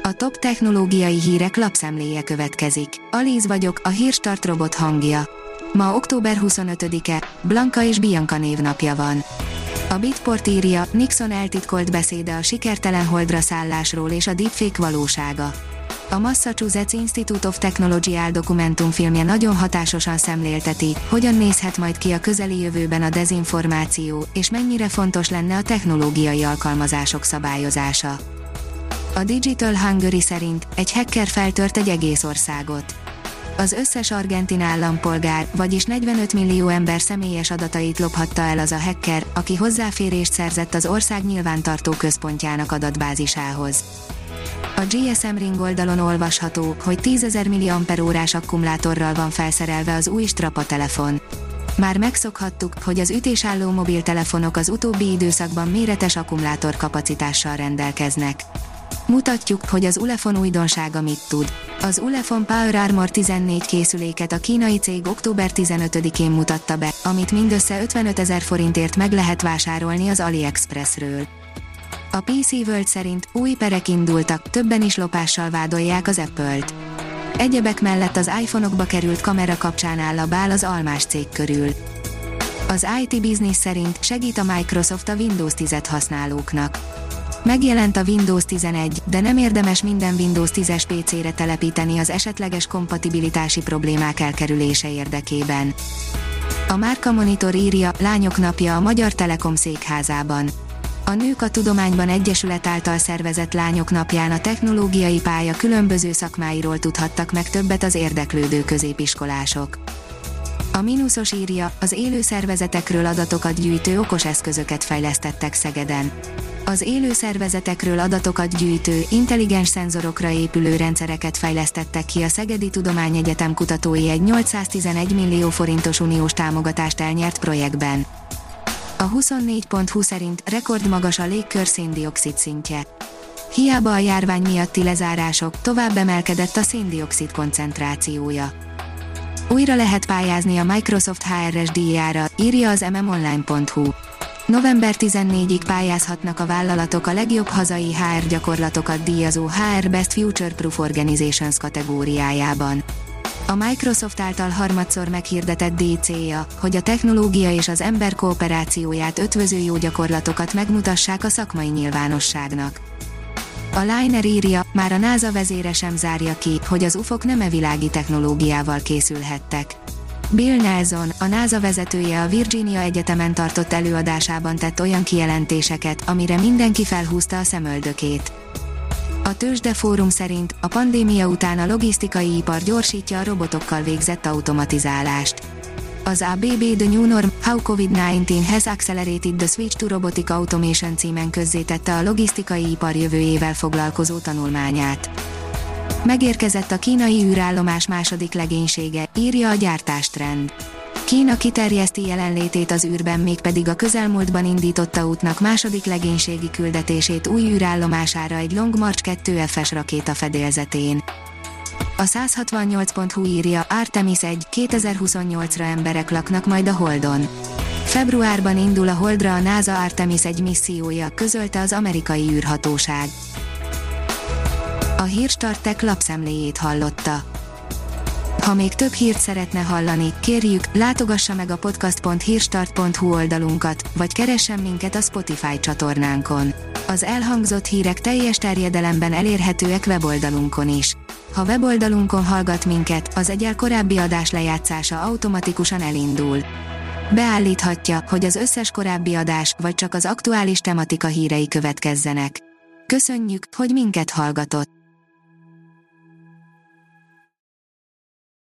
A top technológiai hírek lapszemléje következik. Alíz vagyok, a Hírstart robot hangja. Ma október 25-e, Blanka és Bianca névnapja van. A Bitport írja, Nixon eltitkolt beszéde a sikertelen holdra szállásról és a deepfake valósága. A Massachusetts Institute of Technology áldokumentumfilmje nagyon hatásosan szemlélteti, hogyan nézhet majd ki a közeli jövőben a dezinformáció, és mennyire fontos lenne a technológiai alkalmazások szabályozása. A Digital Hungary szerint egy hacker feltört egy egész országot. Az összes argentin állampolgár, vagyis 45 millió ember személyes adatait lophatta el az a hacker, aki hozzáférést szerzett az ország nyilvántartó központjának adatbázisához. A GSM Ring oldalon olvasható, hogy 10.000 mAh akkumulátorral van felszerelve az új Strapa telefon. Már megszokhattuk, hogy az ütésálló mobiltelefonok az utóbbi időszakban méretes akkumulátorkapacitással rendelkeznek. Mutatjuk, hogy az Ulefone újdonsága mit tud. Az Ulefone Power Armor 14 készüléket a kínai cég október 15-én mutatta be, amit mindössze 55 000 forintért meg lehet vásárolni az AliExpressről. A PC World szerint új perek indultak, többen is lopással vádolják az Apple-t. Egyebek mellett az iPhone-okba került kamera kapcsán áll a bál az almás cég körül. Az IT Business szerint segít a Microsoft a Windows 10-et használóknak. Megjelent a Windows 11, de nem érdemes minden Windows 10-es PC-re telepíteni az esetleges kompatibilitási problémák elkerülése érdekében. A Márka Monitor írja, Lányok napja a Magyar Telekom székházában. A Nők a Tudományban Egyesület által szervezett Lányok napján a technológiai pálya különböző szakmáiról tudhattak meg többet az érdeklődő középiskolások. A Minusos írja, az élő szervezetekről adatokat gyűjtő okos eszközöket fejlesztettek Szegeden. Az élő szervezetekről adatokat gyűjtő, intelligens szenzorokra épülő rendszereket fejlesztettek ki a Szegedi Tudományegyetem kutatói egy 811 millió forintos uniós támogatást elnyert projektben. A 24.20 szerint rekordmagas a légkör széndioxid szintje. Hiába a járvány miatti lezárások, tovább emelkedett a széndioxid koncentrációja. Újra lehet pályázni a Microsoft HRS díjára, írja az mmonline.hu. November 14-ig pályázhatnak a vállalatok a legjobb hazai HR gyakorlatokat díjazó HR Best Future Proof Organizations kategóriájában. A Microsoft által harmadszor meghirdetett díj célja, hogy a technológia és az ember kooperációját ötvöző jó gyakorlatokat megmutassák a szakmai nyilvánosságnak. A Liner írja, már a NASA vezére sem zárja ki, hogy az UFO-k nem világi technológiával készülhettek. Bill Nelson, a NASA vezetője a Virginia Egyetemen tartott előadásában tett olyan kijelentéseket, amire mindenki felhúzta a szemöldökét. A Tőzsdefórum szerint a pandémia után a logisztikai ipar gyorsítja a robotokkal végzett automatizálást. Az ABB The New Norm, How COVID-19 has accelerated the switch to robotic automation címen közzétette a logisztikai ipar jövőjével foglalkozó tanulmányát. Megérkezett a kínai űrállomás második legénysége, írja a Gyártástrend. Kína kiterjeszti jelenlétét az űrben, mégpedig a közelmúltban indította útnak második legénységi küldetését új űrállomására egy Long March 2 FS rakéta fedélzetén. A 168.hu írja, Artemis 1, 2028-ra emberek laknak majd a Holdon. Februárban indul a Holdra a NASA Artemis 1 missziója, közölte az amerikai űrhatóság. A Hírstart Tech lapszemléjét hallotta. Ha még több hírt szeretne hallani, kérjük, látogassa meg a podcast.hírstart.hu oldalunkat, vagy keressen minket a Spotify csatornánkon. Az elhangzott hírek teljes terjedelemben elérhetőek weboldalunkon is. Ha weboldalunkon hallgat minket, az egyel korábbi adás lejátszása automatikusan elindul. Beállíthatja, hogy az összes korábbi adás, vagy csak az aktuális tematika hírei következzenek. Köszönjük, hogy minket hallgatott!